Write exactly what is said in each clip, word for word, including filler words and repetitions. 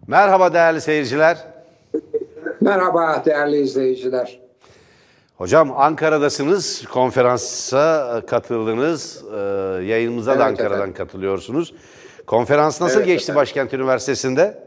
Merhaba değerli seyirciler. Merhaba değerli izleyiciler. Hocam Ankara'dasınız, konferansa katıldınız, ee, yayınımıza Evet, da Ankara'dan efendim. katılıyorsunuz. Konferans nasıl Evet, geçti efendim. Başkent Üniversitesi'nde?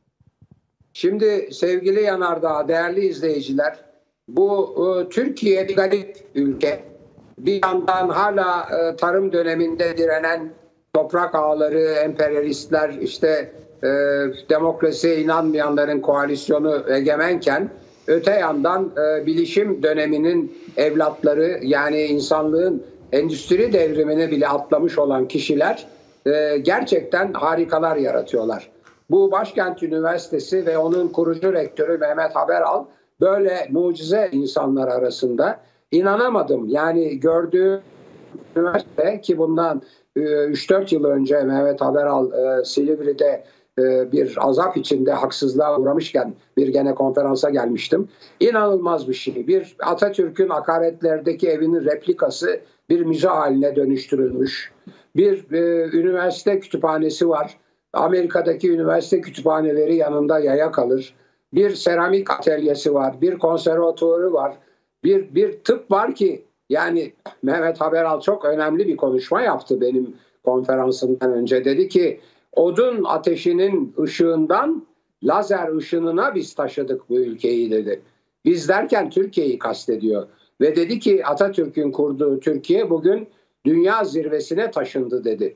Şimdi sevgili Yanardağ, değerli izleyiciler, bu e, Türkiye bir garip ülke. Bir yandan hala e, tarım döneminde direnen toprak ağaları, emperyalistler, işte e, demokrasiye inanmayanların koalisyonu egemenken, öte yandan e, bilişim döneminin evlatları, yani insanlığın endüstri devrimini bile atlamış olan kişiler e, gerçekten harikalar yaratıyorlar. Bu Başkent Üniversitesi ve onun kurucu rektörü Mehmet Haberal böyle mucize insanlar arasında. İnanamadım. Yani gördüğüm üniversite ki bundan üç dört yıl önce Mehmet Haberal e, Silivri'de e, bir azap içinde haksızlığa uğramışken bir gene konferansa gelmiştim. İnanılmaz bir şey. Bir Atatürk'ün hakaretlerdeki evinin replikası bir müze haline dönüştürülmüş. Bir e, üniversite kütüphanesi var. Amerika'daki üniversite kütüphaneleri yanında yaya kalır. Bir seramik atölyesi var. Bir konservatuvarı var. Bir, bir tıp var ki yani Mehmet Haberal çok önemli bir konuşma yaptı benim konferansımdan önce. Dedi ki odun ateşinin ışığından lazer ışınına biz taşıdık bu ülkeyi dedi. Biz derken Türkiye'yi kastediyor. Ve dedi ki Atatürk'ün kurduğu Türkiye bugün dünya zirvesine taşındı dedi.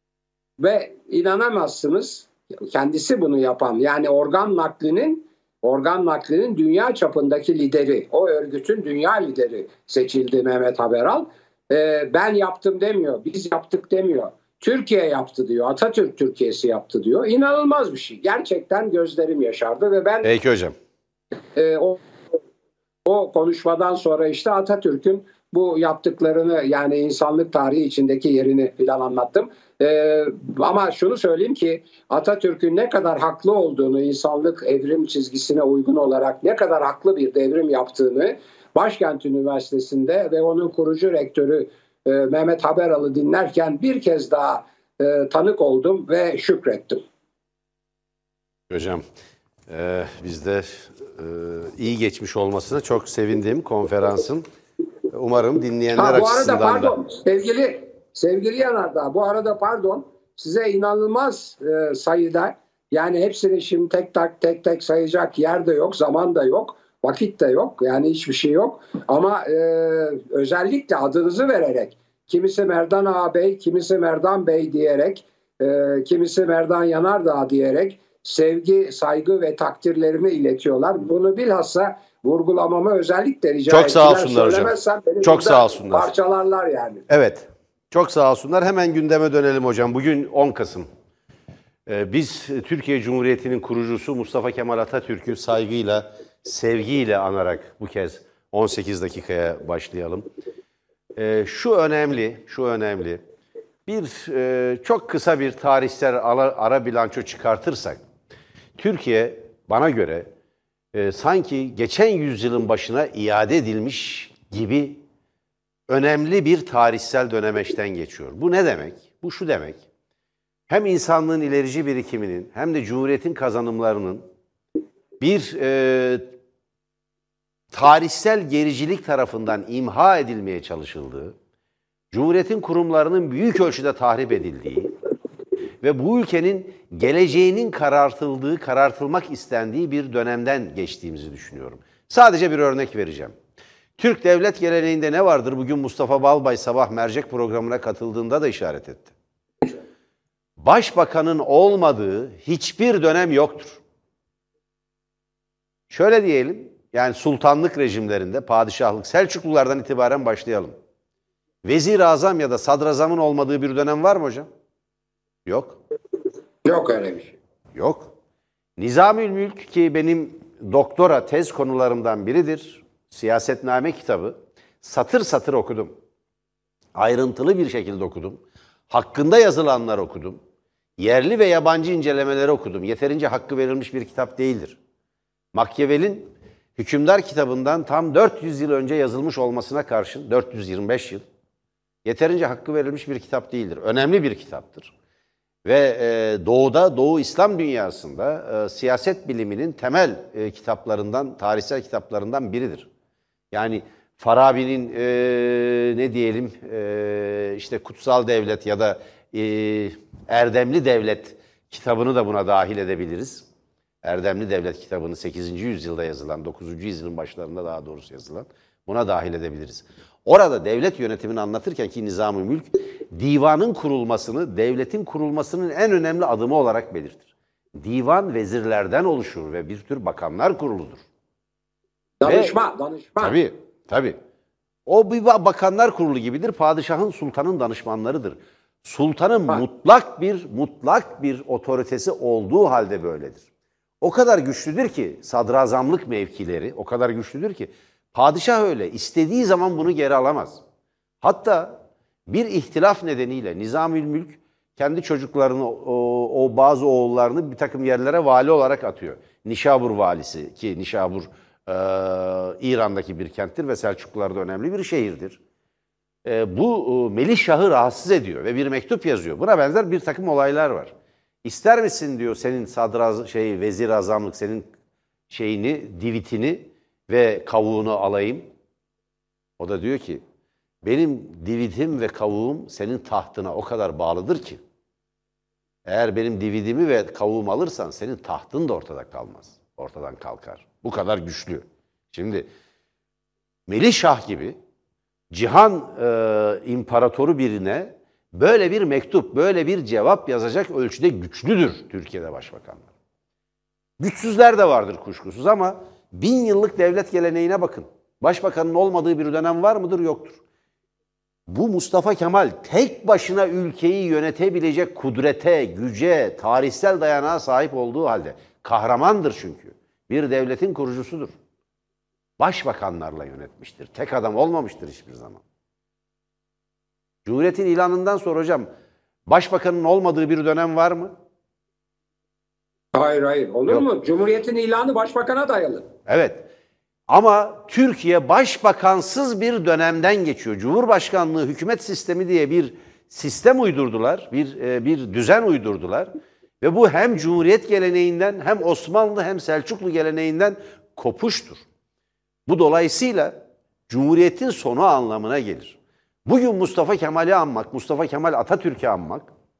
Ve inanamazsınız kendisi bunu yapan, yani organ naklinin organ naklinin dünya çapındaki lideri, o örgütün dünya lideri seçildi Mehmet Haberal. Ee, ben yaptım demiyor, biz yaptık demiyor. Türkiye yaptı diyor, Atatürk Türkiye'si yaptı diyor. İnanılmaz bir şey. Gerçekten gözlerim yaşardı ve ben Peki hocam. e, o, o konuşmadan sonra işte Atatürk'ün bu yaptıklarını, yani insanlık tarihi içindeki yerini falan anlattım. Ee, ama şunu söyleyeyim ki Atatürk'ün ne kadar haklı olduğunu, insanlık evrim çizgisine uygun olarak ne kadar haklı bir devrim yaptığını Başkent Üniversitesi'nde ve onun kurucu rektörü e, Mehmet Haberal'ı dinlerken bir kez daha e, tanık oldum ve şükrettim. Hocam e, biz de e, iyi geçmiş olmasına çok sevindim konferansın. Umarım dinleyenler ha, bu açısından arada pardon, da. Sevgili, sevgili Yanardağ, bu arada pardon, size inanılmaz e, sayıda, yani hepsini şimdi tek tek tek tek sayacak yer de yok, zaman da yok, vakit de yok, yani hiçbir şey yok. Ama e, özellikle adınızı vererek, kimisi Merdan Ağabey, kimisi Merdan Bey diyerek, e, kimisi Merdan Yanardağ diyerek sevgi, saygı ve takdirlerini iletiyorlar. Bunu bilhassa vurgulamamı özellikle rica Çok sağ ettiler. olsunlar hocam. Söylemezsem beni Çok burada sağ olsunlar. parçalarlar yani. Evet. Çok sağ olsunlar. Hemen gündeme dönelim hocam. Bugün on Kasım. Ee, biz Türkiye Cumhuriyeti'nin kurucusu Mustafa Kemal Atatürk'ü saygıyla, sevgiyle anarak bu kez on sekiz dakikaya başlayalım. Ee, şu önemli, şu önemli. Bir e, çok kısa bir tarihsel ara, ara bilanço çıkartırsak, Türkiye bana göre e, sanki geçen yüzyılın başına iade edilmiş gibi önemli bir tarihsel dönemeçten geçiyor. Bu ne demek? Bu şu demek. Hem insanlığın ilerici birikiminin hem de Cumhuriyet'in kazanımlarının bir e, tarihsel gericilik tarafından imha edilmeye çalışıldığı, Cumhuriyet'in kurumlarının büyük ölçüde tahrip edildiği ve bu ülkenin geleceğinin karartıldığı, karartılmak istendiği bir dönemden geçtiğimizi düşünüyorum. Sadece bir örnek vereceğim. Türk devlet geleneğinde ne vardır? Bugün Mustafa Balbay sabah mercek programına katıldığında da işaret etti. Başbakanın olmadığı hiçbir dönem yoktur. Şöyle diyelim, yani sultanlık rejimlerinde, padişahlık, Selçuklulardan itibaren başlayalım. Vezir-i Azam ya da sadrazamın olmadığı bir dönem var mı hocam? Yok. Yok öyle bir şey. Yok. Nizamül Mülk ki benim doktora tez konularımdan biridir. Siyasetname kitabı. Satır satır okudum. Ayrıntılı bir şekilde okudum. Hakkında yazılanlar okudum. Yerli ve yabancı incelemeleri okudum. Yeterince hakkı verilmiş bir kitap değildir. Machiavelli'nin Hükümdar kitabından tam dört yüz yıl önce yazılmış olmasına karşın, dört yüz yirmi beş yıl, yeterince hakkı verilmiş bir kitap değildir. Önemli bir kitaptır. Ve e, Doğu'da, Doğu İslam dünyasında e, siyaset biliminin temel e, kitaplarından, tarihsel kitaplarından biridir. Yani Farabi'nin e, ne diyelim e, işte Kutsal Devlet ya da e, Erdemli Devlet kitabını da buna dahil edebiliriz. Erdemli Devlet kitabını sekizinci yüzyılda yazılan, dokuzuncu yüzyılın başlarında daha doğrusu yazılan, buna dahil edebiliriz. Orada devlet yönetimini anlatırken ki Nizam-ı Mülk, divanın kurulmasını, devletin kurulmasının en önemli adımı olarak belirtir. Divan vezirlerden oluşur ve bir tür bakanlar kuruludur. Danışma, ve, danışma. Tabii, tabii. O bir bakanlar kurulu gibidir. Padişahın, sultanın danışmanlarıdır. Sultanın ha. mutlak bir mutlak bir otoritesi olduğu halde böyledir. O kadar güçlüdür ki sadrazamlık mevkileri, o kadar güçlüdür ki padişah öyle istediği zaman bunu geri alamaz. Hatta bir ihtilaf nedeniyle Nizam-ı Mülk kendi çocuklarını, o, o bazı oğullarını bir takım yerlere vali olarak atıyor. Nişabur valisi ki Nişabur e, İran'daki bir kenttir ve Selçuklularda önemli bir şehirdir. E, bu e, Melih Şah'ı rahatsız ediyor ve bir mektup yazıyor. Buna benzer bir takım olaylar var. İster misin diyor senin sadraz şey vezir azamlık senin şeyini, divitini ve kavuğunu alayım. O da diyor ki benim dividim ve kavuğum senin tahtına o kadar bağlıdır ki eğer benim dividimi ve kavuğumu alırsan senin tahtın da ortada kalmaz. Ortadan kalkar. Bu kadar güçlü. Şimdi Melih Şah gibi cihan e, imparatoru birine böyle bir mektup, böyle bir cevap yazacak ölçüde güçlüdür Türkiye'de başbakanlar. Güçsüzler de vardır kuşkusuz ama bin yıllık devlet geleneğine bakın. Başbakanın olmadığı bir dönem var mıdır? Yoktur. Bu Mustafa Kemal tek başına ülkeyi yönetebilecek kudrete, güce, tarihsel dayanağa sahip olduğu halde kahramandır çünkü. Bir devletin kurucusudur. Başbakanlarla yönetmiştir. Tek adam olmamıştır hiçbir zaman. Cumhuriyetin ilanından sonra hocam başbakanın olmadığı bir dönem var mı? Hayır hayır. Olur Yok. mu? Cumhuriyetin ilanı başbakana dayalı. Evet. Ama Türkiye başbakansız bir dönemden geçiyor. Cumhurbaşkanlığı hükümet sistemi diye bir sistem uydurdular. Bir, bir düzen uydurdular. Ve bu hem Cumhuriyet geleneğinden hem Osmanlı hem Selçuklu geleneğinden kopuştur. Bu dolayısıyla Cumhuriyet'in sonu anlamına gelir. Bugün Mustafa Kemal'i anmak, Mustafa Kemal Atatürk'ü anmak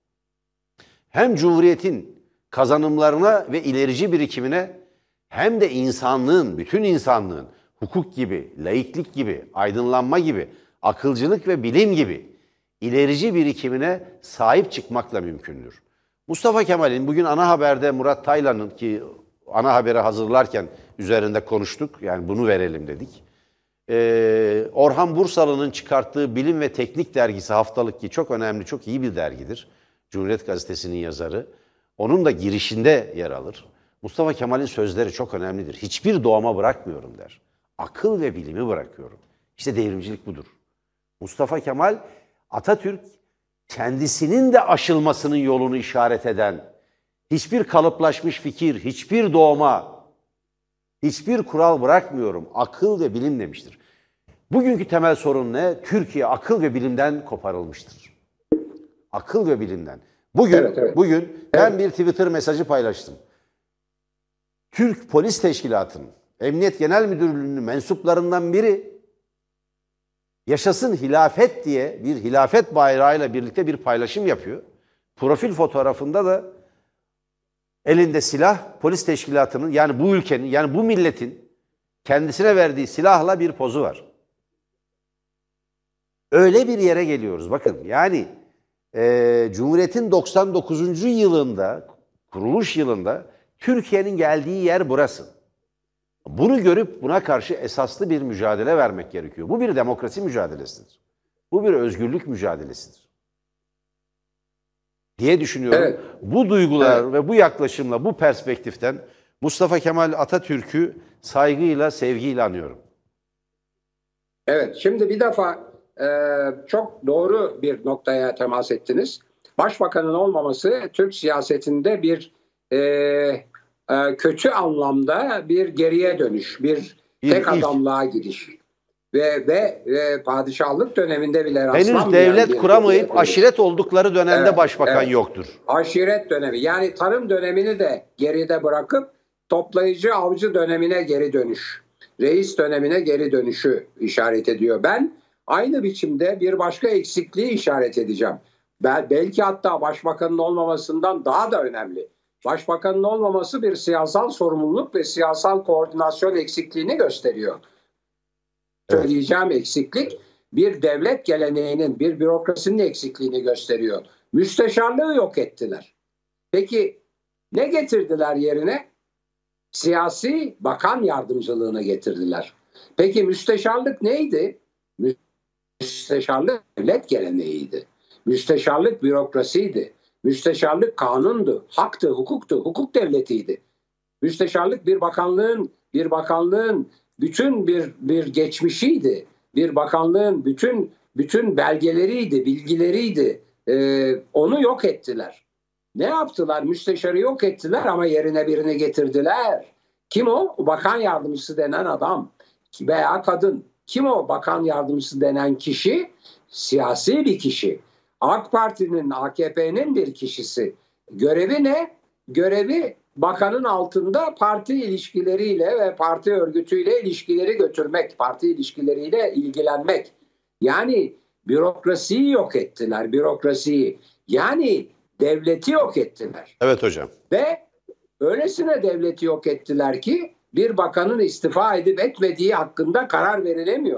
hem Cumhuriyet'in kazanımlarına ve ilerici birikimine hem de insanlığın, bütün insanlığın hukuk gibi, laiklik gibi, aydınlanma gibi, akılcılık ve bilim gibi ilerici birikimine sahip çıkmakla mümkündür. Mustafa Kemal'in bugün ana haberde Murat Taylan'ın ki ana haberi hazırlarken üzerinde konuştuk, yani bunu verelim dedik. Ee, Orhan Bursalı'nın çıkarttığı Bilim ve Teknik dergisi haftalık ki çok önemli, çok iyi bir dergidir. Cumhuriyet Gazetesi'nin yazarı. Onun da girişinde yer alır. Mustafa Kemal'in sözleri çok önemlidir. Hiçbir doğama bırakmıyorum der. Akıl ve bilimi bırakıyorum. İşte devrimcilik budur. Mustafa Kemal, Atatürk kendisinin de aşılmasının yolunu işaret eden, hiçbir kalıplaşmış fikir, hiçbir doğma, hiçbir kural bırakmıyorum. Akıl ve bilim demiştir. Bugünkü temel sorun ne? Türkiye akıl ve bilimden koparılmıştır. Akıl ve bilimden. Bugün, evet, evet. bugün ben evet. bir Twitter mesajı paylaştım. Türk Polis Teşkilatı'nın, Emniyet Genel Müdürlüğü'nün mensuplarından biri yaşasın hilafet diye bir hilafet bayrağıyla birlikte bir paylaşım yapıyor. Profil fotoğrafında da elinde silah, polis teşkilatının yani bu ülkenin, yani bu milletin kendisine verdiği silahla bir pozu var. Öyle bir yere geliyoruz. Bakın yani e, Cumhuriyet'in doksan dokuzuncu yılında, kuruluş yılında Türkiye'nin geldiği yer burası. Bunu görüp buna karşı esaslı bir mücadele vermek gerekiyor. Bu bir demokrasi mücadelesidir. Bu bir özgürlük mücadelesidir. Diye düşünüyorum. Evet. Bu duygular evet. ve bu yaklaşımla, bu perspektiften Mustafa Kemal Atatürk'ü saygıyla, sevgiyle anıyorum. Evet, şimdi bir defa e, çok doğru bir noktaya temas ettiniz. Başbakanın olmaması Türk siyasetinde bir e, e, kötü anlamda bir geriye dönüş, bir tek adamlığa gidiş. ve ve e, padişahlık döneminde bile rastlanmayan Henüz devlet bir kuramayıp bir- aşiret oldukları dönemde Evet, başbakan evet. yoktur. Aşiret dönemi, yani tarım dönemini de geride bırakıp toplayıcı avcı dönemine geri dönüş, reis dönemine geri dönüşü işaret ediyor. Ben aynı biçimde bir başka eksikliği işaret edeceğim. Ben, belki hatta başbakanın olmamasından daha da önemli. Başbakanın olmaması bir siyasal sorumluluk ve siyasal koordinasyon eksikliğini gösteriyor. Evet. Söyleyeceğim eksiklik bir devlet geleneğinin, bir bürokrasinin eksikliğini gösteriyor. Müsteşarlığı yok ettiler. Peki ne getirdiler yerine? Siyasi bakan yardımcılığını getirdiler. Peki müsteşarlık neydi? Müsteşarlık devlet geleneğiydi. Müsteşarlık bürokrasiydi. Müsteşarlık kanundu, haktı, hukuktu, hukuk devletiydi. Müsteşarlık bir bakanlığın, bir bakanlığın bütün bir bir geçmişiydi. Bir bakanlığın bütün bütün belgeleriydi, bilgileriydi. Ee, onu yok ettiler. Ne yaptılar? Müsteşarı yok ettiler ama yerine birini getirdiler. Kim o? Bakan yardımcısı denen adam veya kadın. Kim o bakan yardımcısı denen kişi? Siyasi bir kişi. AK Parti'nin, A K P'nin bir kişisi. Görevi ne? Görevi bakanın altında parti ilişkileriyle ve parti örgütüyle ilişkileri götürmek, parti ilişkileriyle ilgilenmek. Yani bürokrasiyi yok ettiler, bürokrasiyi. Yani devleti yok ettiler. Evet hocam. Ve öylesine devleti yok ettiler ki bir bakanın istifa edip etmediği hakkında karar verilemiyor.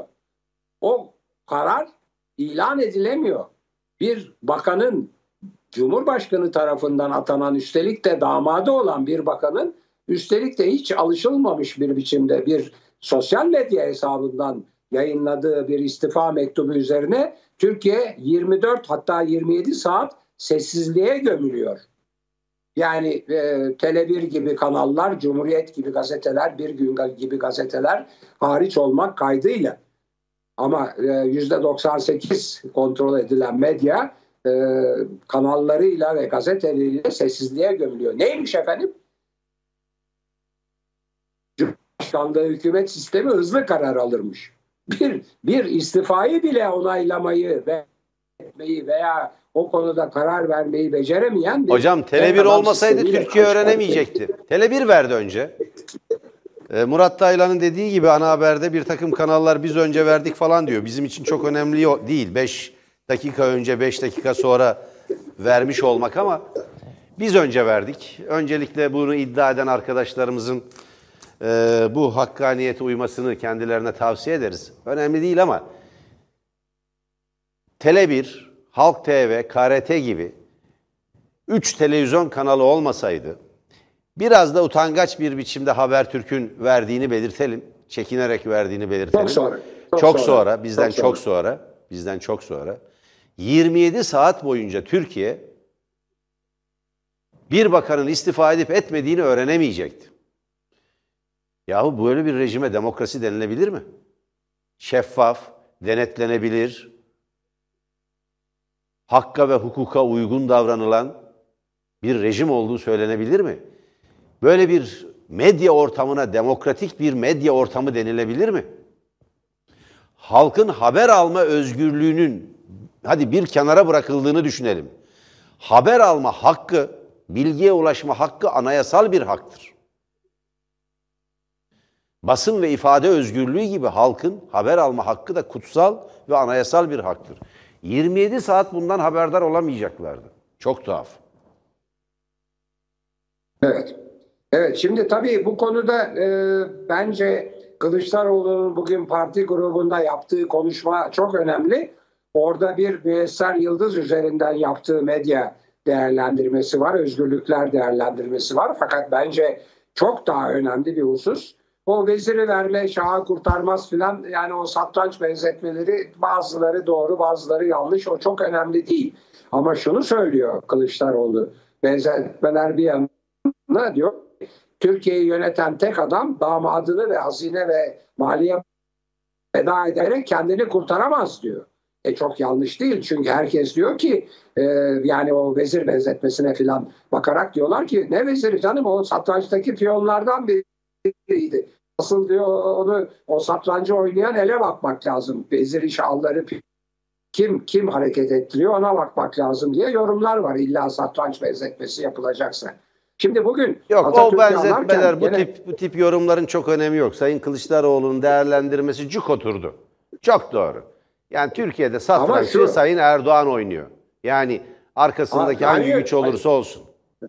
O karar ilan edilemiyor. Bir bakanın Cumhurbaşkanı tarafından atanan, üstelik de damadı olan bir bakanın, üstelik de hiç alışılmamış bir biçimde bir sosyal medya hesabından yayınladığı bir istifa mektubu üzerine Türkiye yirmi dört hatta yirmi yedi saat sessizliğe gömülüyor. Yani e, Tele bir gibi kanallar, Cumhuriyet gibi gazeteler, Bir Gün gibi gazeteler hariç olmak kaydıyla. Ama e, yüzde doksan sekiz kontrol edilen medya e, kanallarıyla ve gazeteleriyle sessizliğe gömülüyor. Neymiş efendim? Cumhurbaşkanlığı hükümet sistemi hızlı karar alırmış. Bir, bir istifayı bile onaylamayı ve etmeyi veya o konuda karar vermeyi beceremeyen bir... Hocam Tele bir olmasaydı Türkiye öğrenemeyecekti. Tele bir verdi önce. E, Murat Taylan'ın dediği gibi ana haberde bir takım kanallar biz önce verdik falan diyor. Bizim için çok önemli değil. beş dakika önce, beş dakika sonra vermiş olmak ama biz önce verdik. Öncelikle bunu iddia eden arkadaşlarımızın e, bu hakkaniyete uymasını kendilerine tavsiye ederiz. Önemli değil ama Tele bir, Halk T V, K R T gibi üç televizyon kanalı olmasaydı, biraz da utangaç bir biçimde Habertürk'ün verdiğini belirtelim. Çekinerek verdiğini belirtelim. Çok sonra. Çok, Çok sonra, sonra, bizden çok çok sonra, bizden çok sonra yirmi yedi saat boyunca Türkiye bir bakanın istifa edip etmediğini öğrenemeyecekti. Yahu böyle bir rejime demokrasi denilebilir mi? Şeffaf, denetlenebilir, hakka ve hukuka uygun davranılan bir rejim olduğu söylenebilir mi? Böyle bir medya ortamına demokratik bir medya ortamı denilebilir mi? Halkın haber alma özgürlüğünün hadi bir kenara bırakıldığını düşünelim. Haber alma hakkı, bilgiye ulaşma hakkı anayasal bir haktır. Basın ve ifade özgürlüğü gibi halkın haber alma hakkı da kutsal ve anayasal bir haktır. yirmi yedi saat bundan haberdar olamayacaklardı. Çok tuhaf. Evet. Evet, şimdi tabii bu konuda e, bence Kılıçdaroğlu'nun bugün parti grubunda yaptığı konuşma çok önemli. Orada bir Müyesser Yıldız üzerinden yaptığı medya değerlendirmesi var, özgürlükler değerlendirmesi var. Fakat bence çok daha önemli bir husus. O veziri verme, şahı kurtarmaz filan, yani o satranç benzetmeleri bazıları doğru, bazıları yanlış. O çok önemli değil. Ama şunu söylüyor Kılıçdaroğlu, benzetmeler bir yana diyor, Türkiye'yi yöneten tek adam damadını ve hazine ve maliye feda ederek kendini kurtaramaz diyor. E çok yanlış değil, çünkü herkes diyor ki e, yani o vezir benzetmesine filan bakarak diyorlar ki ne veziri canım, o satrançtaki piyonlardan biriydi. asıl diyor onu, o satrancı oynayan ele bakmak lazım. Vezir-i şahları kim kim hareket ettiriyor ona bakmak lazım diye yorumlar var. İlla satranç benzetmesi yapılacaksa. Şimdi bugün yok Atatürk'ü o benzetmeler anarken bu gene, tip bu tip yorumların çok önemi yok. Sayın Kılıçdaroğlu'nun değerlendirmesi cuk oturdu. Çok doğru. Yani Türkiye'de satrançı şu, Sayın Erdoğan oynuyor. Yani arkasındaki Ha, hangi hayır, güç olursa olsun.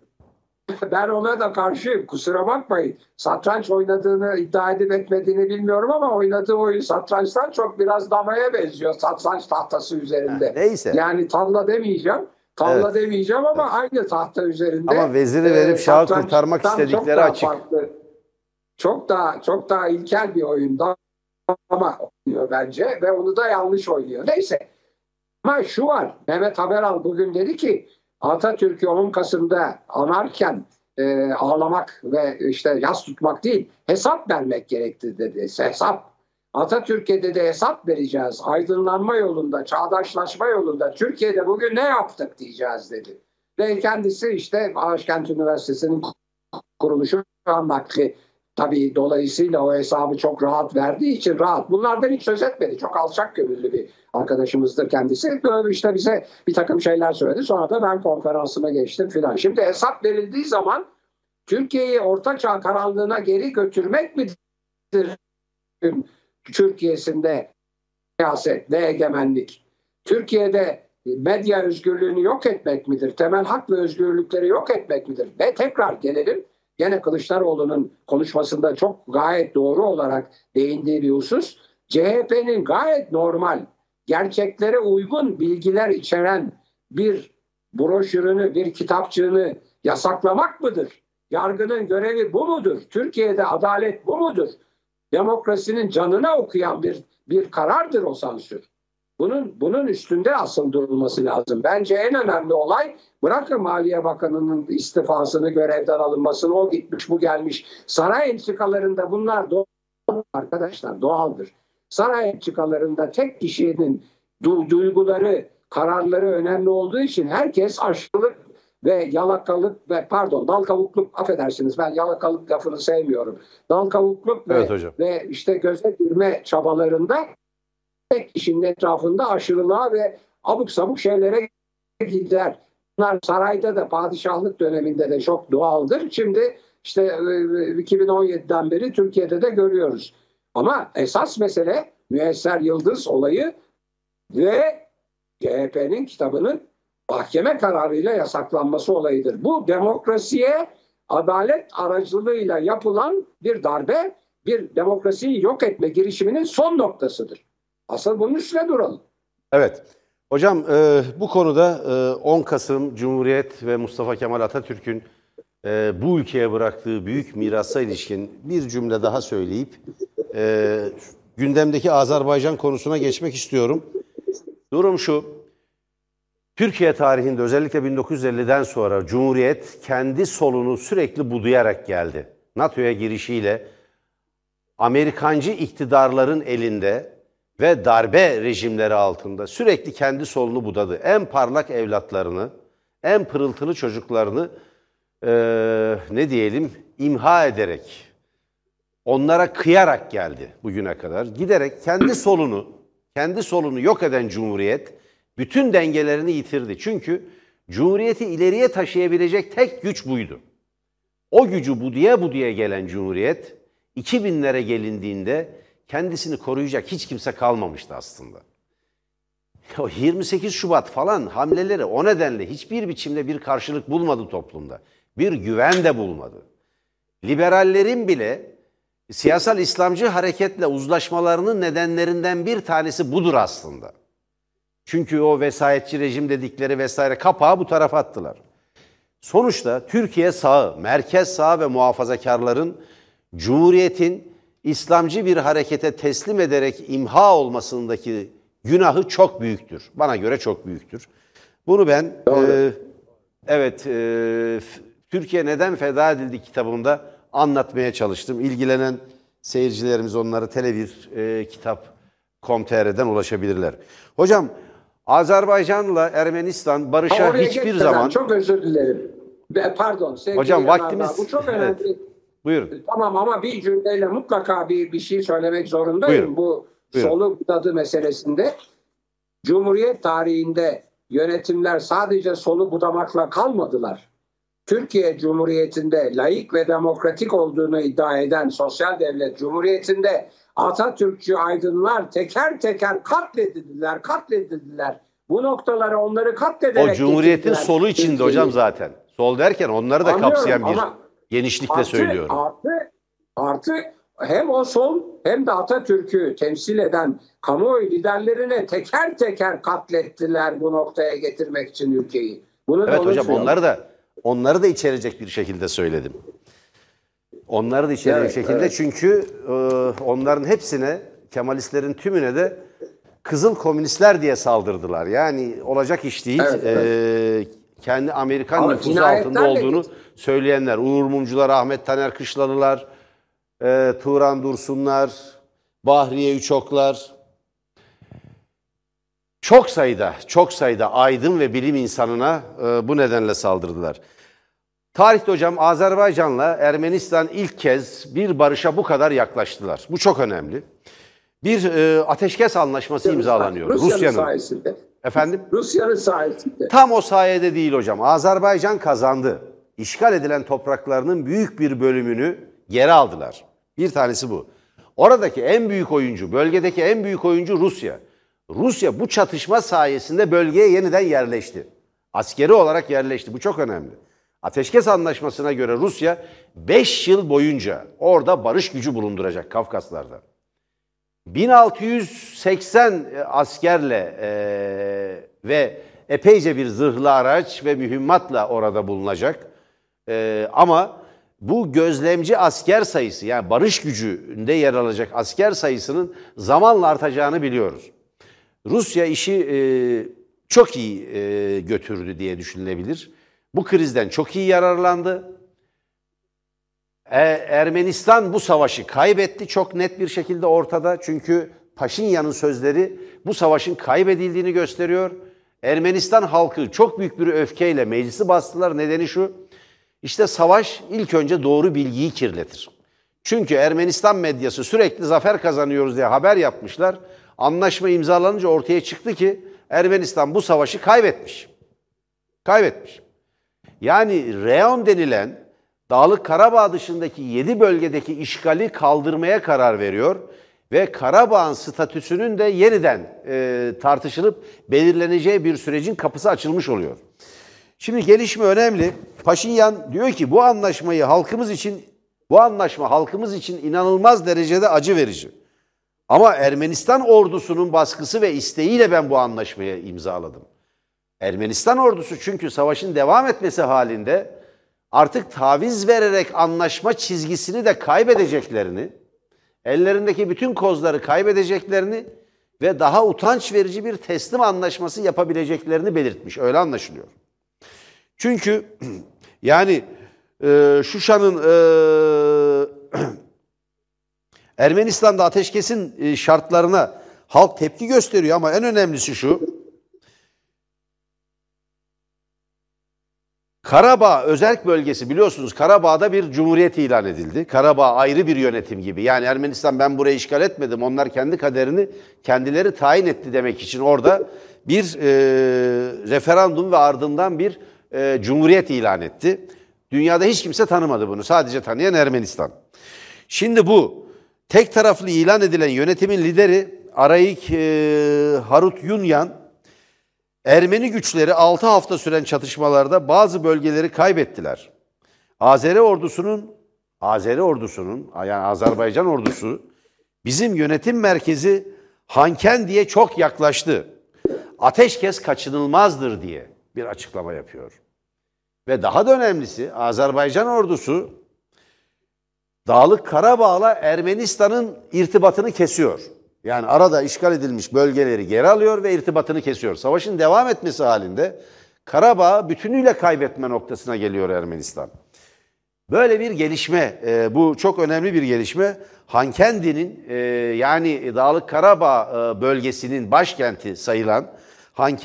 ben ona da karşıyım. Kusura bakmayın. Satranç oynadığını iddia edip etmediğini bilmiyorum ama oynadığı oyun satrançtan çok biraz damaya benziyor. Satranç tahtası üzerinde. Ha, neyse. Yani tavla demeyeceğim. Tavla Evet. demeyeceğim ama evet. Aynı tahta üzerinde. Ama veziri verip e, şahı kurtarmak istedikleri açık. Farklı, çok daha çok daha ilkel bir oyunda ama oynuyor bence ve onu da yanlış oynuyor. Neyse. Ama şu var. Mehmet Haberal bugün dedi ki Atatürk'ü on Kasım'da anarken e, ağlamak ve işte yas tutmak değil, hesap vermek gerekti dedi. Hesap. Atatürk'e dedi hesap vereceğiz. Aydınlanma yolunda, çağdaşlaşma yolunda Türkiye'de bugün ne yaptık diyeceğiz dedi. Ve kendisi işte Başkent Üniversitesi'nin kuruluşu anlattı. Tabii dolayısıyla o hesabı çok rahat verdiği için rahat. Bunlardan hiç söz etmedi. Çok alçak gönüllü bir arkadaşımızdır kendisi. Böyle işte bize bir takım şeyler söyledi. Sonra da ben konferansıma geçtim filan. Şimdi hesap verildiği zaman Türkiye'yi ortaçağ karanlığına geri götürmek midir Türkiye'sinde siyaset ve egemenlik? Türkiye'de medya özgürlüğünü yok etmek midir? Temel hak ve özgürlükleri yok etmek midir? Ve tekrar gelelim. Gene Kılıçdaroğlu'nun konuşmasında çok gayet doğru olarak değindiği bir husus. C H P'nin gayet normal, gerçeklere uygun bilgiler içeren bir broşürünü, bir kitapçığını yasaklamak mıdır? Yargının görevi bu mudur? Türkiye'de adalet bu mudur? Demokrasinin canına okuyan bir bir karardır o sansür. Bunun bunun üstünde asıl durulması lazım. Bence en önemli olay bırakın Maliye Bakanı'nın istifasını, görevden alınmasını, o gitmiş bu gelmiş. Saray entrikalarında bunlar doğal arkadaşlar, doğaldır. Saray entrikalarında tek kişinin du- duyguları, kararları önemli olduğu için herkes aşırılık ve yalakalık ve pardon dal kavukluk, affedersiniz ben yalakalık lafını sevmiyorum. Dal kavukluk Evet ve, hocam. ve işte göze girme çabalarında tek kişinin etrafında aşırılığa ve abuk sabuk şeylere gider. Bunlar sarayda da padişahlık döneminde de çok doğaldır. Şimdi işte iki bin on yediden beri Türkiye'de de görüyoruz. Ama esas mesele Müyesser Yıldız olayı ve C H P'nin kitabının mahkeme kararıyla yasaklanması olayıdır. Bu demokrasiye adalet aracılığıyla yapılan bir darbe, bir demokrasiyi yok etme girişiminin son noktasıdır. Asıl bunun üstüne duralım. Evet. Hocam e, bu konuda e, on Kasım Cumhuriyet ve Mustafa Kemal Atatürk'ün e, bu ülkeye bıraktığı büyük mirasa ilişkin bir cümle daha söyleyip e, gündemdeki Azerbaycan konusuna geçmek istiyorum. Durum şu, Türkiye tarihinde özellikle bin dokuz yüz elliden sonra Cumhuriyet kendi solunu sürekli budayarak geldi. NATO'ya girişiyle Amerikancı iktidarların elinde ve darbe rejimleri altında sürekli kendi solunu budadı. En parlak evlatlarını, en pırıltılı çocuklarını e, ne diyelim imha ederek, onlara kıyarak geldi bugüne kadar. Giderek kendi solunu, kendi solunu yok eden Cumhuriyet bütün dengelerini yitirdi. Çünkü Cumhuriyeti ileriye taşıyabilecek tek güç buydu. O gücü buduya buduya gelen Cumhuriyet iki binlere gelindiğinde kendisini koruyacak hiç kimse kalmamıştı aslında. O yirmi sekiz Şubat falan hamleleri o nedenle hiçbir biçimde bir karşılık bulmadı toplumda. Bir güven de bulmadı. Liberallerin bile siyasal İslamcı hareketle uzlaşmalarının nedenlerinden bir tanesi budur aslında. Çünkü o vesayetçi rejim dedikleri vesaire kapağı bu tarafa attılar. Sonuçta Türkiye sağı, merkez sağı ve muhafazakarların Cumhuriyet'in İslamcı bir harekete teslim ederek imha olmasındaki günahı çok büyüktür. Bana göre çok büyüktür. Bunu ben e, evet e, Türkiye neden feda edildi kitabımda anlatmaya çalıştım. İlgilenen seyircilerimiz onları televir e, kitap nokta com nokta tr'den ulaşabilirler. Hocam Azerbaycan'la Ermenistan barışa Oraya hiçbir geçmeden zaman... Çok özür dilerim. Pardon. Hocam Yanardağ, vaktimiz... Bu çok önemli. Evet. Buyurun. Tamam ama bir cümleyle mutlaka bir, bir şey söylemek zorundayım. Buyurun. Bu Buyurun. solu budadı meselesinde. Cumhuriyet tarihinde yönetimler sadece solu budamakla kalmadılar. Türkiye Cumhuriyeti'nde laik ve demokratik olduğunu iddia eden sosyal devlet Cumhuriyeti'nde Atatürkçü aydınlar teker teker katledildiler, katledildiler. Bu noktalara onları katlederek O Cumhuriyet'in getirdiler. solu içinde Türkiye'yi. hocam zaten. Sol derken onları da Anlıyorum kapsayan bir ama genişlikle artı, söylüyorum. Artı, artı hem o sol hem de Atatürk'ü temsil eden kamuoyu liderlerine teker teker katlettiler bu noktaya getirmek için ülkeyi. Bunu da Evet hocam, unutmayalım. onları da onları da içerecek bir şekilde söyledim. Onları da içerecek Evet, şekilde evet. çünkü e, onların hepsine, Kemalistlerin tümüne de Kızıl Komünistler diye saldırdılar. Yani olacak iş değil. Evet, E, kendi Amerikan Ama nüfusu cinayetler altında de olduğunu getirdi. söyleyenler. Uğur Mumcular, Ahmet Taner Kışlalılar, e, Turan Dursunlar, Bahriye Üçoklar. Çok sayıda, çok sayıda aydın ve bilim insanına e, bu nedenle saldırdılar. Tarihte hocam Azerbaycan'la Ermenistan ilk kez bir barışa bu kadar yaklaştılar. Bu çok önemli. Bir e, ateşkes anlaşması imzalanıyor. Rusya'nın Rusya'nın. sayesinde. Efendim? Rusya'nın sayesinde. Tam o sayede değil hocam. Azerbaycan kazandı. İşgal edilen topraklarının büyük bir bölümünü geri aldılar. Bir tanesi bu. Oradaki en büyük oyuncu, bölgedeki en büyük oyuncu Rusya. Rusya bu çatışma sayesinde bölgeye yeniden yerleşti. Askeri olarak yerleşti. Bu çok önemli. Ateşkes Anlaşması'na göre Rusya beş yıl boyunca orada barış gücü bulunduracak Kafkaslar'da. bin altı yüz seksen askerle e, ve epeyce bir zırhlı araç ve mühimmatla orada bulunacak. E, ama bu gözlemci asker sayısı, yani barış gücünde yer alacak asker sayısının zamanla artacağını biliyoruz. Rusya işi e, çok iyi e, götürdü diye düşünülebilir. Bu krizden çok iyi yararlandı. E, Ermenistan bu savaşı kaybetti, çok net bir şekilde ortada. Çünkü Paşinyan'ın sözleri bu savaşın kaybedildiğini gösteriyor. Ermenistan halkı çok büyük bir öfkeyle meclisi bastılar. Nedeni şu: İşte savaş ilk önce doğru bilgiyi kirletir. Çünkü Ermenistan medyası sürekli zafer kazanıyoruz diye haber yapmışlar. Anlaşma imzalanınca ortaya çıktı ki Ermenistan bu savaşı kaybetmiş. Kaybetmiş. Yani Reyon denilen Dağlık Karabağ dışındaki yedi bölgedeki işgali kaldırmaya karar veriyor ve Karabağ'ın statüsünün de yeniden e, tartışılıp belirleneceği bir sürecin kapısı açılmış oluyor. Şimdi gelişme önemli. Paşinyan diyor ki bu anlaşmayı halkımız için, bu anlaşma halkımız için inanılmaz derecede acı verici. Ama Ermenistan ordusunun baskısı ve isteğiyle ben bu anlaşmayı imzaladım. Ermenistan ordusu çünkü savaşın devam etmesi halinde artık taviz vererek anlaşma çizgisini de kaybedeceklerini, ellerindeki bütün kozları kaybedeceklerini ve daha utanç verici bir teslim anlaşması yapabileceklerini belirtmiş. Öyle anlaşılıyor. Çünkü yani e, Şuşa'nın e, Ermenistan'da ateşkesin e, şartlarına halk tepki gösteriyor ama en önemlisi şu: Karabağ özerk bölgesi, biliyorsunuz Karabağ'da bir cumhuriyet ilan edildi. Karabağ ayrı bir yönetim gibi. Yani Ermenistan ben burayı işgal etmedim, onlar kendi kaderini kendileri tayin etti demek için orada bir e, referandum ve ardından bir e, cumhuriyet ilan etti. Dünyada hiç kimse tanımadı bunu. Sadece tanıyan Ermenistan. Şimdi bu tek taraflı ilan edilen yönetimin lideri Arayik e, Harutyunyan, Ermeni güçleri altı hafta süren çatışmalarda bazı bölgeleri kaybettiler. Azeri ordusunun, Azeri ordusunun, yani Azerbaycan ordusu bizim yönetim merkezi Hankendi'ye çok yaklaştı. Ateşkes kaçınılmazdır diye bir açıklama yapıyor. Ve daha da önemlisi Azerbaycan ordusu Dağlık Karabağ'la Ermenistan'ın irtibatını kesiyor. Yani arada işgal edilmiş bölgeleri geri alıyor ve irtibatını kesiyor. Savaşın devam etmesi halinde Karabağ bütünüyle kaybetme noktasına geliyor Ermenistan. Böyle bir gelişme, e, bu çok önemli bir gelişme. Hankendi'nin e, yani Dağlık Karabağ e, bölgesinin başkenti sayılan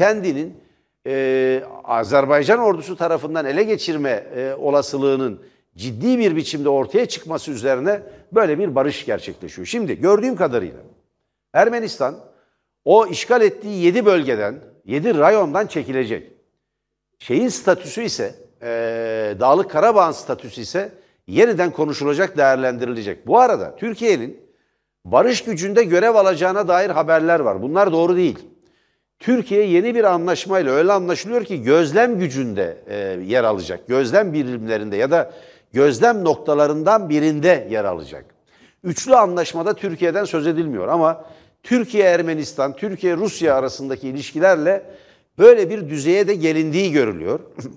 Hankendi'nin e, Azerbaycan ordusu tarafından ele geçirme e, olasılığının ciddi bir biçimde ortaya çıkması üzerine böyle bir barış gerçekleşiyor. Şimdi gördüğüm kadarıyla Ermenistan o işgal ettiği yedi bölgeden, yedi rayondan çekilecek. Şeyin statüsü ise, e, Dağlık Karabağ'ın statüsü ise yeniden konuşulacak, değerlendirilecek. Bu arada Türkiye'nin barış gücünde görev alacağına dair haberler var. Bunlar doğru değil. Türkiye yeni bir anlaşmayla, öyle anlaşılıyor ki gözlem gücünde e, yer alacak. Gözlem birimlerinde ya da gözlem noktalarından birinde yer alacak. Üçlü anlaşmada Türkiye'den söz edilmiyor ama Türkiye-Ermenistan, Türkiye-Rusya arasındaki ilişkilerle böyle bir düzeye de gelindiği görülüyor.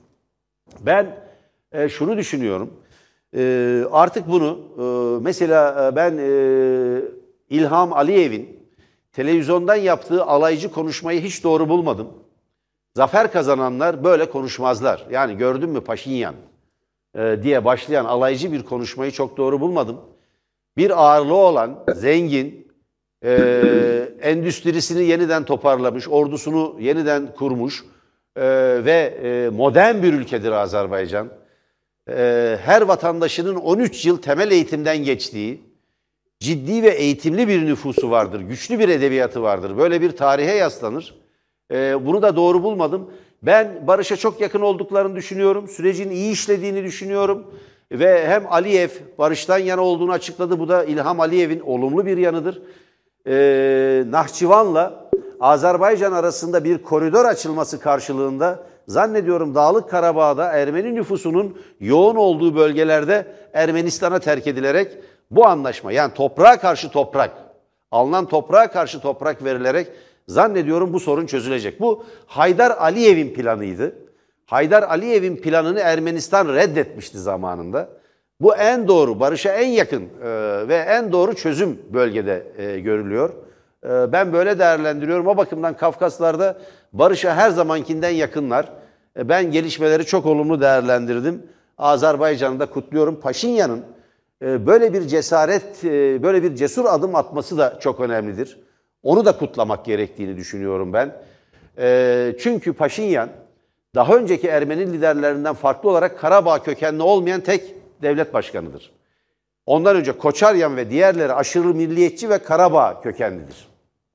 Ben e, şunu düşünüyorum. E, artık bunu e, mesela e, ben e, İlham Aliyev'in televizyondan yaptığı alaycı konuşmayı hiç doğru bulmadım. Zafer kazananlar böyle konuşmazlar. Yani gördün mü Paşinyan e, diye başlayan alaycı bir konuşmayı çok doğru bulmadım. Bir ağırlığı olan, zengin, e, endüstrisini yeniden toparlamış, ordusunu yeniden kurmuş e, ve e, modern bir ülkedir Azerbaycan. E, her vatandaşının on üç yıl temel eğitimden geçtiği, ciddi ve eğitimli bir nüfusu vardır, güçlü bir edebiyatı vardır. Böyle bir tarihe yaslanır. Ee, bunu da doğru bulmadım. Ben barışa çok yakın olduklarını düşünüyorum. Sürecin iyi işlediğini düşünüyorum. Ve hem Aliyev barıştan yana olduğunu açıkladı. Bu da İlham Aliyev'in olumlu bir yanıdır. Ee, Nahçıvan'la Azerbaycan arasında bir koridor açılması karşılığında zannediyorum Dağlık Karabağ'da Ermeni nüfusunun yoğun olduğu bölgelerde Ermenistan'a terk edilerek bu anlaşma, yani toprağa karşı toprak, alınan toprağa karşı toprak verilerek zannediyorum bu sorun çözülecek. Bu Haydar Aliyev'in planıydı. Haydar Aliyev'in planını Ermenistan reddetmişti zamanında. Bu en doğru, barışa en yakın e, ve en doğru çözüm bölgede e, görülüyor. E, ben böyle değerlendiriyorum. O bakımdan Kafkaslar'da barışa her zamankinden yakınlar. E, ben gelişmeleri çok olumlu değerlendirdim. Azerbaycan'ı da kutluyorum. Paşinyan'ın böyle bir cesaret, böyle bir cesur adım atması da çok önemlidir. Onu da kutlamak gerektiğini düşünüyorum ben. Çünkü Paşinyan daha önceki Ermeni liderlerinden farklı olarak Karabağ kökenli olmayan tek devlet başkanıdır. Ondan önce Koçaryan ve diğerleri aşırı milliyetçi ve Karabağ kökenlidir.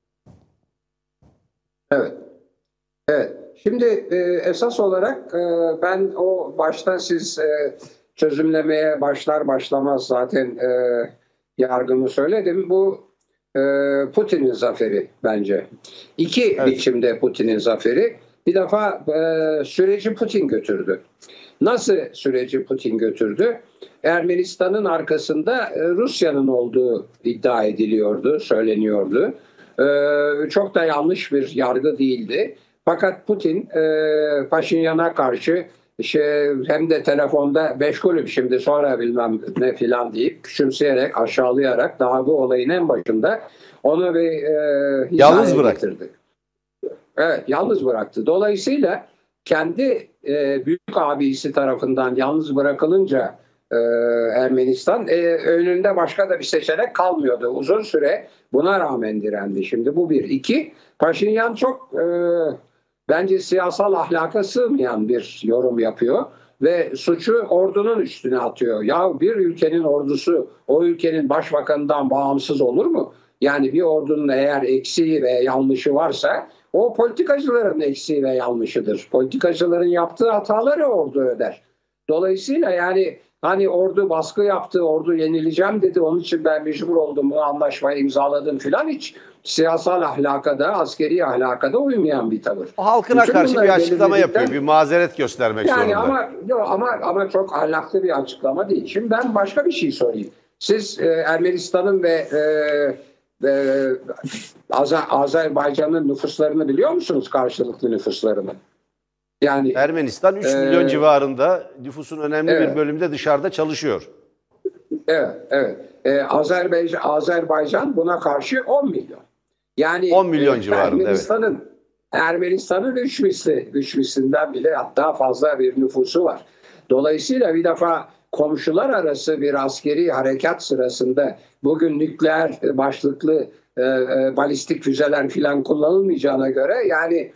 Evet. Evet. Şimdi esas olarak ben o baştan siz çözümlemeye başlar başlamaz zaten e, yargımı söyledim. Bu e, Putin'in zaferi bence. İki evet. biçimde Putin'in zaferi. Bir defa e, süreci Putin götürdü. Nasıl süreci Putin götürdü? Ermenistan'ın arkasında e, Rusya'nın olduğu iddia ediliyordu, söyleniyordu. E, çok da yanlış bir yargı değildi. Fakat Putin e, Paşinyan'a karşı şey, hem de telefonda meşgulüm şimdi sonra bilmem ne filan deyip küçümseyerek, aşağılayarak daha bu olayın en başında onu bir e, yalnız bıraktı. Evet, yalnız bıraktı. Dolayısıyla kendi e, büyük abisi tarafından yalnız bırakılınca e, Ermenistan e, önünde başka da bir seçenek kalmıyordu. Uzun süre buna rağmen direndi. Şimdi bu bir. İki, Paşinyan çok e, bence siyasal ahlaka sığmayan bir yorum yapıyor ve suçu ordunun üstüne atıyor. Ya bir ülkenin ordusu o ülkenin başbakanından bağımsız olur mu? Yani bir ordunun eğer eksiği ve yanlışı varsa o politikacıların eksiği ve yanlışıdır. Politikacıların yaptığı hataları ordu öder. Dolayısıyla yani hani ordu baskı yaptı, ordu yenileceğim dedi, onun için ben mecbur oldum, bu anlaşmayı imzaladım filan, hiç siyasal ahlakada, askeri ahlakada uymayan bir tavır. O halkına Bütün karşı bir açıklama yapıyor, bir mazeret göstermek yani zorunda. Ama, yok, ama, ama çok ahlaklı bir açıklama değil. Şimdi ben başka bir şey sorayım. Siz e, Ermenistan'ın ve e, e, Azer, Azerbaycan'ın nüfuslarını biliyor musunuz, karşılıklı nüfuslarını? Yani Ermenistan üç e, milyon civarında, nüfusun önemli evet. bir bölümü de dışarıda çalışıyor. Evet, evet. Ee, Azerbaycan, Azerbaycan buna karşı on milyon. Yani on milyon e, civarında, Ermenistan'ın evet. Ermenistan'ın üç misli, üç mislinden bile hatta fazla bir nüfusu var. Dolayısıyla bir defa komşular arası bir askeri harekat sırasında bugün nükleer başlıklı e, e, balistik füzeler filan kullanılmayacağına göre yani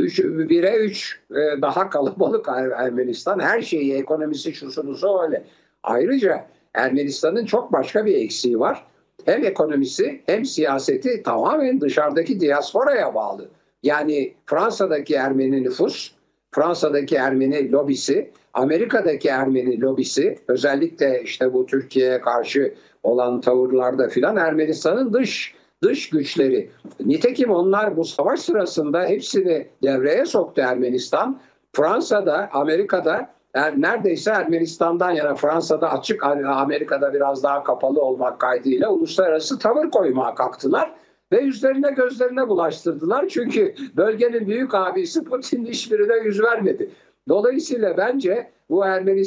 bire üç e, daha kalabalık Ermenistan. Her şeyi, ekonomisi, şusu busu öyle. Ayrıca Ermenistan'ın çok başka bir eksiği var. Hem ekonomisi hem siyaseti tamamen dışarıdaki diasporaya bağlı. Yani Fransa'daki Ermeni nüfus, Fransa'daki Ermeni lobisi, Amerika'daki Ermeni lobisi, özellikle işte bu Türkiye'ye karşı olan tavırlarda filan Ermenistan'ın dış dış güçleri. Nitekim onlar bu savaş sırasında hepsini devreye soktu Ermenistan. Fransa'da, Amerika'da yani neredeyse Ermenistan'dan yana, Fransa'da açık, Amerika'da biraz daha kapalı olmak kaydıyla uluslararası tavır koymaya kalktılar. Ve yüzlerine gözlerine bulaştırdılar. Çünkü bölgenin büyük abisi Putin hiçbirine yüz vermedi. Dolayısıyla bence bu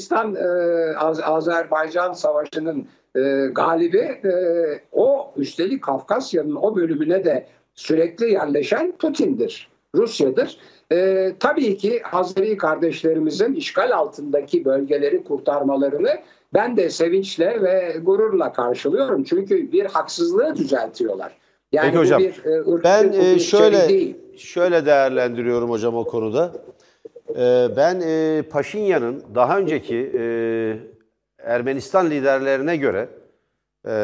Ermenistan-Azerbaycan e, savaşının e, galibi e, o, üstelik Kafkasya'nın o bölümüne de sürekli yerleşen Putin'dir, Rusya'dır. E, tabii ki Azeri kardeşlerimizin işgal altındaki bölgeleri kurtarmalarını ben de sevinçle ve gururla karşılıyorum. Çünkü bir haksızlığı düzeltiyorlar. Yani Peki hocam, bir, e, ben e, şöyle değil. şöyle değerlendiriyorum hocam o konuda. E, ben e, Paşinyan'ın daha önceki e, Ermenistan liderlerine göre e,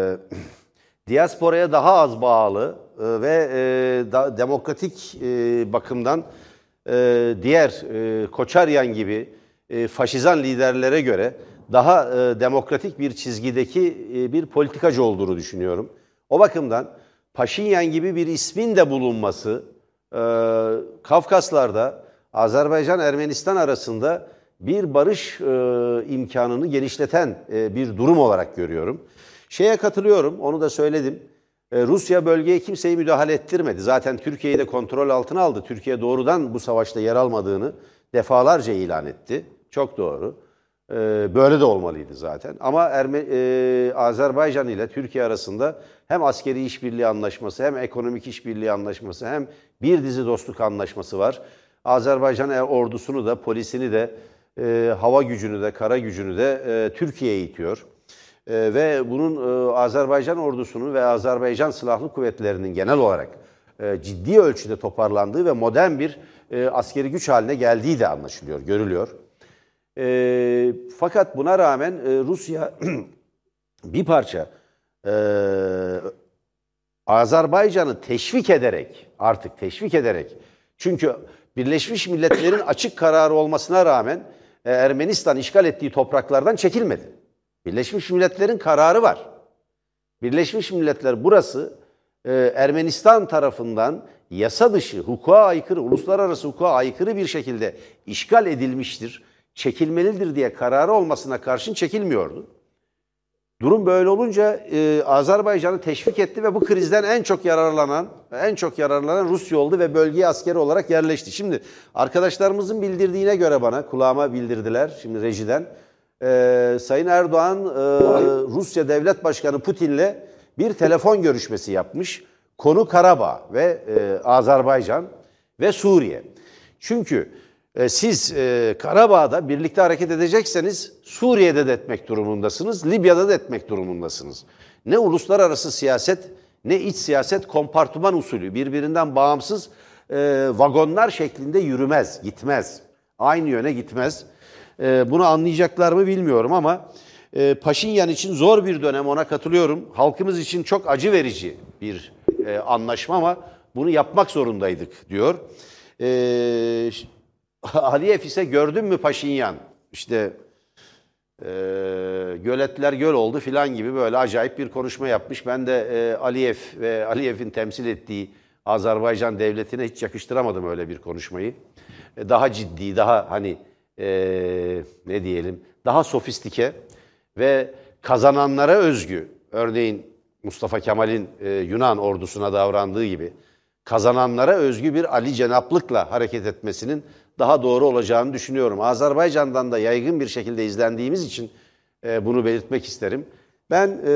diasporaya daha az bağlı e, ve e, da, demokratik e, bakımdan e, diğer e, Koçaryan gibi e, faşizan liderlere göre daha e, demokratik bir çizgideki e, bir politikacı olduğunu düşünüyorum. O bakımdan Paşinyan gibi bir ismin de bulunması e, Kafkaslar'da Azerbaycan-Ermenistan arasında bir barış e, imkanını genişleten e, bir durum olarak görüyorum. Şeye katılıyorum, onu da söyledim. E, Rusya bölgeye kimseyi müdahale ettirmedi. Zaten Türkiye'yi de kontrol altına aldı. Türkiye doğrudan bu savaşta yer almadığını defalarca ilan etti. Çok doğru. E, böyle de olmalıydı zaten. Ama Erme, e, Azerbaycan ile Türkiye arasında hem askeri işbirliği anlaşması, hem ekonomik işbirliği anlaşması, hem bir dizi dostluk anlaşması var. Azerbaycan ordusunu da, polisini de, e, hava gücünü de, kara gücünü de e, Türkiye'ye itiyor. E, ve bunun e, Azerbaycan ordusunun ve Azerbaycan Silahlı Kuvvetleri'nin genel olarak e, ciddi ölçüde toparlandığı ve modern bir e, askeri güç haline geldiği de anlaşılıyor, görülüyor. E, fakat buna rağmen e, Rusya bir parça e, Azerbaycan'ı teşvik ederek, artık teşvik ederek, çünkü Birleşmiş Milletler'in açık kararı olmasına rağmen e, Ermenistan işgal ettiği topraklardan çekilmedi. Birleşmiş Milletler'in kararı var. Birleşmiş Milletler burası e, Ermenistan tarafından yasa dışı, hukuka aykırı, uluslararası hukuka aykırı bir şekilde işgal edilmiştir, çekilmelidir diye kararı olmasına karşın çekilmiyordu. Durum böyle olunca e, Azerbaycan'ı teşvik etti ve bu krizden en çok yararlanan, en çok yararlanan Rusya oldu ve bölgeye askeri olarak yerleşti. Şimdi arkadaşlarımızın bildirdiğine göre bana, kulağıma bildirdiler şimdi rejiden, e, Sayın Erdoğan e, Rusya Devlet Başkanı Putin'le bir telefon görüşmesi yapmış. Konu Karabağ ve e, Azerbaycan ve Suriye. Çünkü e, siz e, Karabağ'da birlikte hareket edecekseniz Suriye'de de etmek durumundasınız, Libya'da da etmek durumundasınız. Ne uluslararası siyaset ne iç siyaset kompartıman usulü, birbirinden bağımsız e, vagonlar şeklinde yürümez, gitmez. Aynı yöne gitmez. E, bunu anlayacaklar mı bilmiyorum ama e, Paşinyan için zor bir dönem, ona katılıyorum. Halkımız için çok acı verici bir e, anlaşma ama bunu yapmak zorundaydık diyor. E, Aliyev ise gördün mü Paşinyan? İşte e, göletler göl oldu filan gibi böyle acayip bir konuşma yapmış. Ben de e, Aliyev ve Aliyev'in temsil ettiği Azerbaycan devletine hiç yakıştıramadım öyle bir konuşmayı. E, daha ciddi, daha hani e, ne diyelim, daha sofistike ve kazananlara özgü, örneğin Mustafa Kemal'in e, Yunan ordusuna davrandığı gibi kazananlara özgü bir Ali Cenaplıkla hareket etmesinin daha doğru olacağını düşünüyorum. Azerbaycan'dan da yaygın bir şekilde izlendiğimiz için e, bunu belirtmek isterim. Ben e,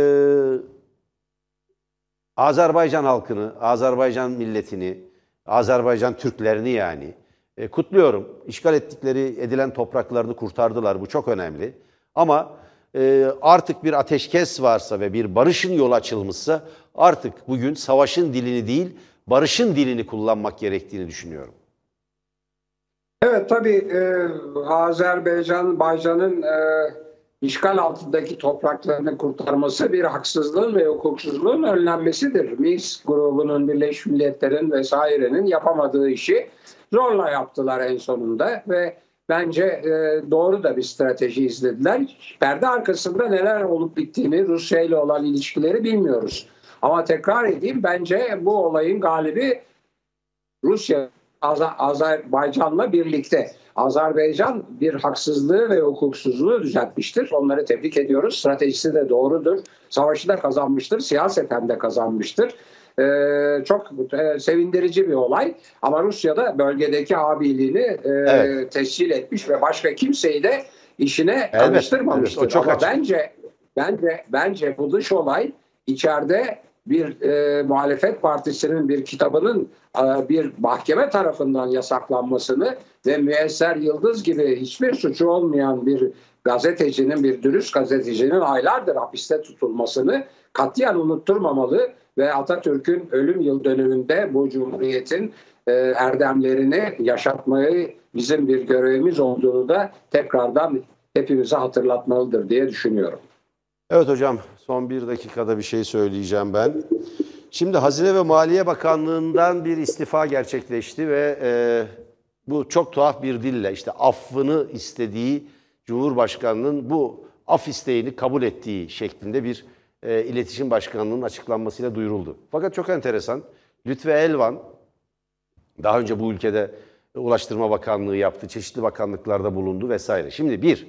Azerbaycan halkını, Azerbaycan milletini, Azerbaycan Türklerini yani e, kutluyorum. İşgal ettikleri, edilen topraklarını kurtardılar. Bu çok önemli. Ama e, artık bir ateşkes varsa ve bir barışın yolu açılmışsa artık bugün savaşın dilini değil, barışın dilini kullanmak gerektiğini düşünüyorum. Evet, tabii e, Azerbaycan, Baycan'ın e, işgal altındaki topraklarını kurtarması bir haksızlığın ve hukuksuzluğun önlenmesidir. Minsk grubunun, Birleşmiş Milletler'in vesairenin yapamadığı işi zorla yaptılar en sonunda ve bence e, doğru da bir strateji izlediler. Perde arkasında neler olup bittiğini, Rusya ile olan ilişkileri bilmiyoruz. Ama tekrar edeyim, bence bu olayın galibi Rusya, Az- Azerbaycan'la birlikte. Azerbaycan bir haksızlığı ve hukuksuzluğu düzeltmiştir. Onları tebrik ediyoruz. Stratejisi de doğrudur. Savaşı da kazanmıştır. Siyaseten de kazanmıştır. Ee, çok e, sevindirici bir olay. Ama Rusya da bölgedeki abiliğini e, evet. tescil etmiş ve başka kimseyi de işine evet, alıştırmamıştır. Evet, o çok Ama açık. bence bence bence bu dış olay içeride bir e, muhalefet partisinin bir kitabının e, bir mahkeme tarafından yasaklanmasını ve Müyesser Yıldız gibi hiçbir suçu olmayan bir gazetecinin, bir dürüst gazetecinin aylardır hapiste tutulmasını katiyen unutturmamalı ve Atatürk'ün ölüm yıl dönümünde bu Cumhuriyet'in e, erdemlerini yaşatmayı bizim bir görevimiz olduğunu da tekrardan hepimize hatırlatmalıdır diye düşünüyorum. Evet hocam, son bir dakikada bir şey söyleyeceğim ben. Şimdi Hazine ve Maliye Bakanlığı'ndan bir istifa gerçekleşti ve e, bu çok tuhaf bir dille işte affını istediği Cumhurbaşkanı'nın bu af isteğini kabul ettiği şeklinde bir e, iletişim başkanlığının açıklanmasıyla duyuruldu. Fakat çok enteresan, Lütfü Elvan daha önce bu ülkede Ulaştırma Bakanlığı yaptı, çeşitli bakanlıklarda bulundu vesaire. Şimdi bir,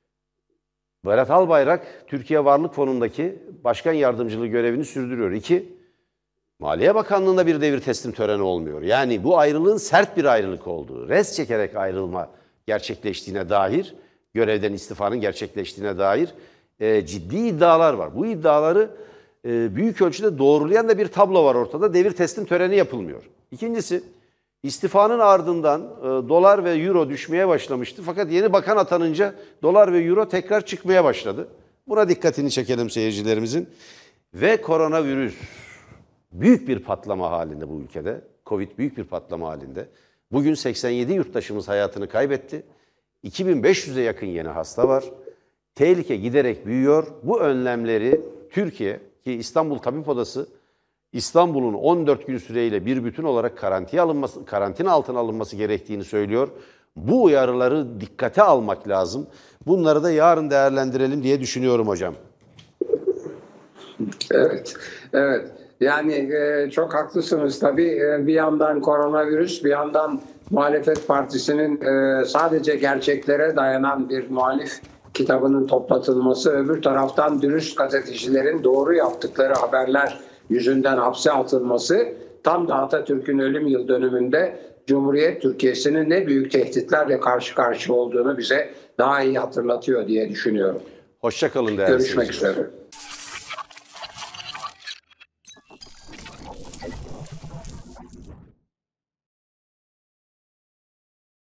Berat Albayrak, Türkiye Varlık Fonu'ndaki başkan yardımcılığı görevini sürdürüyor. İki, Maliye Bakanlığı'nda bir devir teslim töreni olmuyor. Yani bu ayrılığın sert bir ayrılık olduğu, res çekerek ayrılma gerçekleştiğine dair, görevden istifanın gerçekleştiğine dair e, ciddi iddialar var. Bu iddiaları e, büyük ölçüde doğrulayan da bir tablo var ortada. Devir teslim töreni yapılmıyor. İkincisi, İstifanın ardından e, dolar ve euro düşmeye başlamıştı. Fakat yeni bakan atanınca dolar ve euro tekrar çıkmaya başladı. Buna dikkatini çekelim seyircilerimizin. Ve koronavirüs büyük bir patlama halinde bu ülkede. Covid büyük bir patlama halinde. Bugün seksen yedi yurttaşımız hayatını kaybetti. iki bin beş yüze yakın yeni hasta var. Tehlike giderek büyüyor. Bu önlemleri Türkiye ki İstanbul Tabip Odası İstanbul'un on dört gün süreyle bir bütün olarak karantina alınması, karantina altına alınması gerektiğini söylüyor. Bu uyarıları dikkate almak lazım. Bunları da yarın değerlendirelim diye düşünüyorum hocam. Evet, evet. Yani e, çok haklısınız tabii. E, bir yandan koronavirüs, bir yandan muhalefet partisinin e, sadece gerçeklere dayanan bir muhalif kitabının toplatılması, öbür taraftan dürüst gazetecilerin doğru yaptıkları haberler yüzünden hapse atılması tam da Atatürk'ün ölüm yıl dönümünde Cumhuriyet Türkiye'sinin ne büyük tehditlerle karşı karşıya olduğunu bize daha iyi hatırlatıyor diye düşünüyorum. Hoşça kalın değerli Görüşmek üzere.